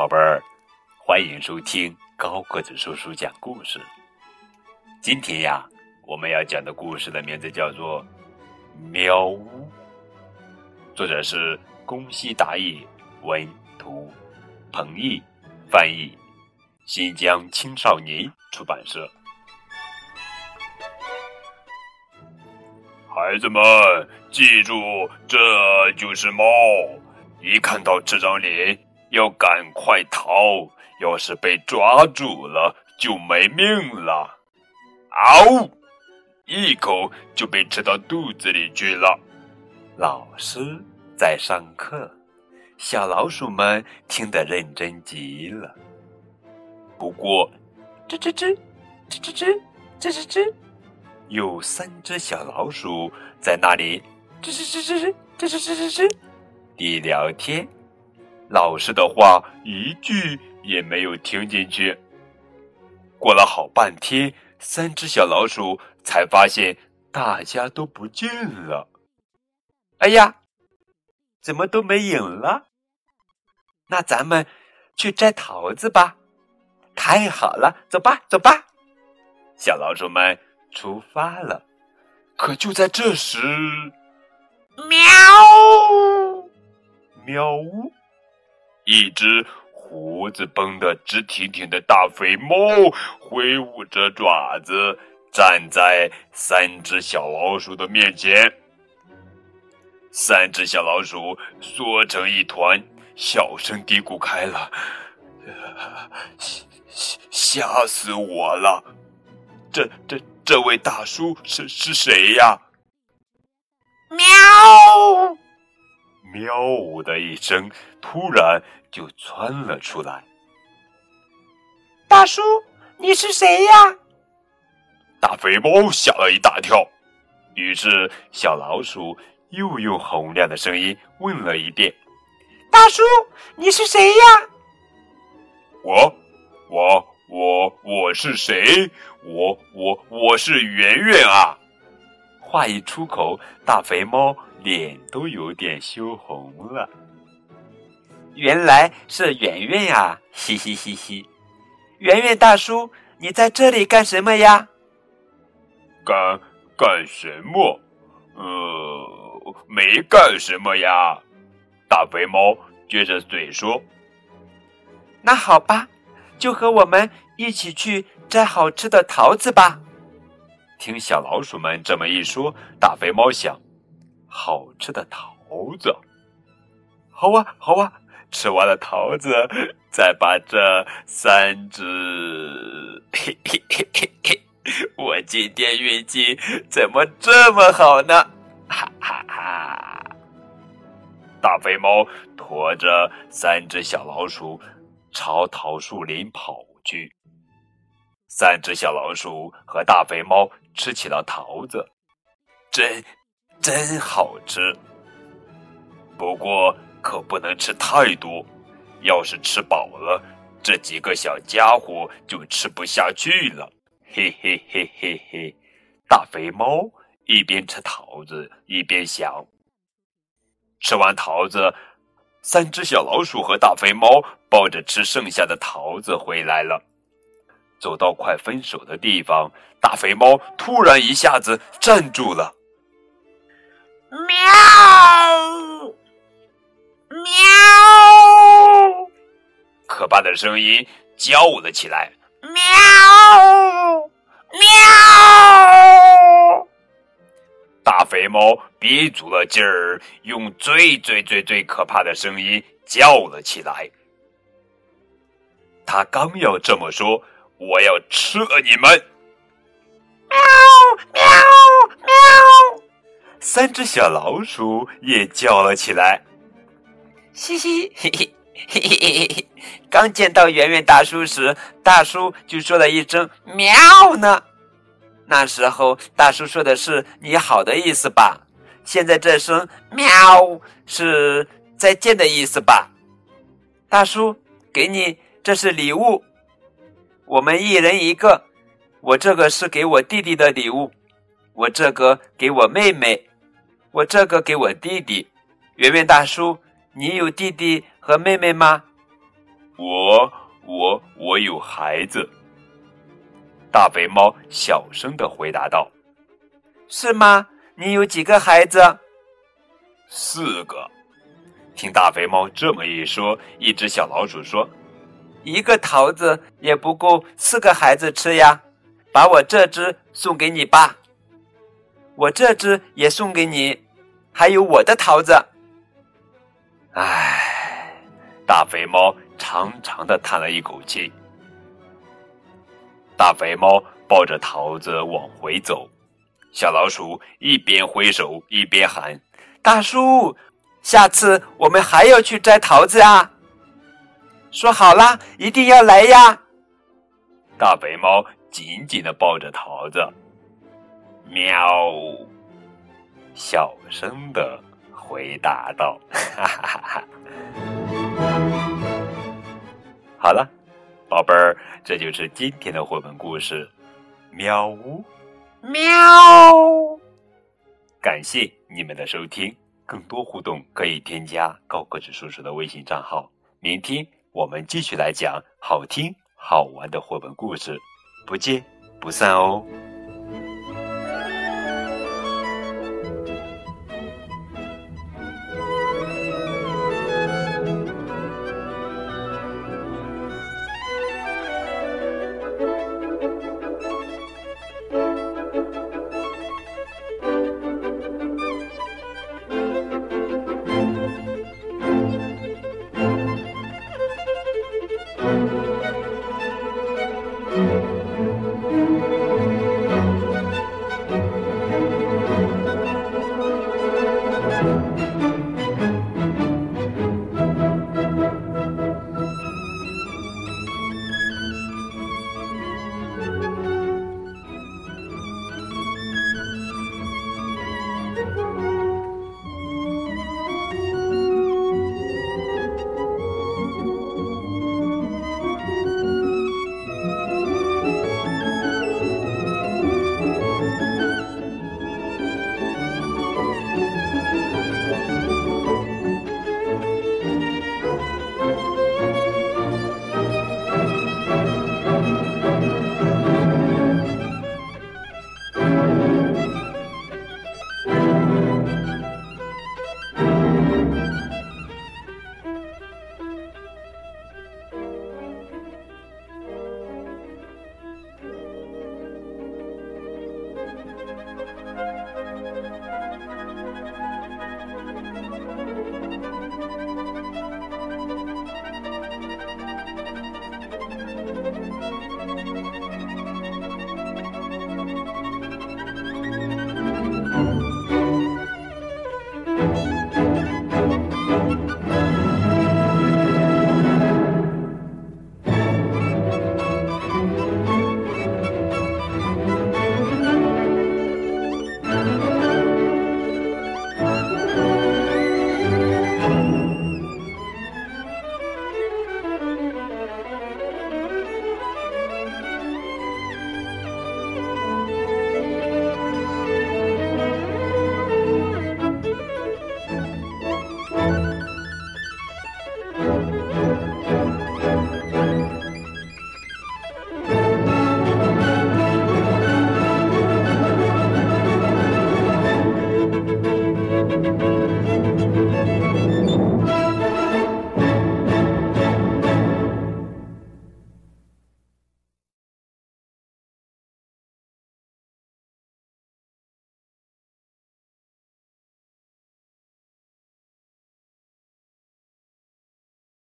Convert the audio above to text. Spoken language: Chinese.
宝贝儿，欢迎收听高个子叔叔讲故事。今天呀，我们要讲的故事的名字叫做《喵呜》，作者是宫西达也，文图，彭毅翻译，新疆青少年出版社。孩子们，记住，这就是猫。一看到这张脸，要赶快逃，要是被抓住了，就没命了。嗷！一口就被吃到肚子里去了。老师在上课，小老鼠们听得认真极了。不过，吱吱吱，吱吱吱，吱吱吱，有3只小老鼠在那里吱吱吱吱吱吱吱吱吱吱地聊天，老师的话一句也没有听进去。过了好半天，3只小老鼠才发现大家都不见了。哎呀，怎么都没影了？那咱们去摘桃子吧。太好了，走吧走吧。小老鼠们出发了。可就在这时，喵喵呜，一只胡子绷得直挺挺的大肥猫挥舞着爪子站在3只小老鼠的面前。3只小老鼠缩成一团，小声嘀咕开了：吓死我了！这位大叔是谁呀？喵！喵呜的一声，突然就窜了出来。大叔，你是谁呀？大肥猫吓了一大跳，于是小老鼠又用洪亮的声音问了一遍：大叔，你是谁呀？我是谁？我是圆圆啊！话一出口，大肥猫脸都有点羞红了。原来是圆圆呀，嘻嘻嘻嘻。圆圆大叔，你在这里干什么呀？干什么？没干什么呀。大肥猫撅着嘴说。那好吧，就和我们一起去摘好吃的桃子吧。听小老鼠们这么一说，大肥猫想，好吃的桃子，好啊好啊，吃完了桃子，再把这3只，嘿嘿嘿嘿嘿，我今天运气怎么这么好呢？哈哈哈！大肥猫驮着3只小老鼠朝桃树林跑去。3只小老鼠和大肥猫吃起了桃子，真好吃。不过可不能吃太多，要是吃饱了，这几个小家伙就吃不下去了。嘿嘿嘿嘿嘿，大肥猫一边吃桃子一边想。吃完桃子，3只小老鼠和大肥猫抱着吃剩下的桃子回来了。走到快分手的地方，大肥猫突然一下子站住了。喵！喵！可怕的声音叫了起来。喵！喵！大肥猫憋足了劲儿，用最可怕的声音叫了起来。他刚要这么说，我要吃了你们！喵喵喵！3只小老鼠也叫了起来。嘻嘻嘿嘿嘿嘿嘿！刚见到圆圆大叔时，大叔就说了一声喵呢。那时候大叔说的是你好的意思吧？现在这声喵是再见的意思吧？大叔，给你，这是礼物。我们一人一个，我这个是给我弟弟的礼物，我这个给我妹妹，我这个给我弟弟。圆圆大叔，你有弟弟和妹妹吗？ 我有孩子。大肥猫小声地回答道。 是吗？你有几个孩子 ？4个。听大肥猫这么一说，一只小老鼠说， 一个桃子也不够4个孩子吃呀，把我这只送给你吧。我这只也送给你，还有我的桃子。 唉，大肥猫长长的叹了一口气。大肥猫抱着桃子往回走，小老鼠一边挥手一边喊， 大叔，下次我们还要去摘桃子啊。说好啦，一定要来呀。 大肥猫紧紧地抱着桃子，喵，小声地回答道。哈哈哈。好了，宝贝儿，这就是今天的绘本故事喵呜喵。 感谢你们的收听，更多互动可以添加高个子叔叔的微信账号。明天我们继续来讲好听好玩的绘本故事，不见不散哦。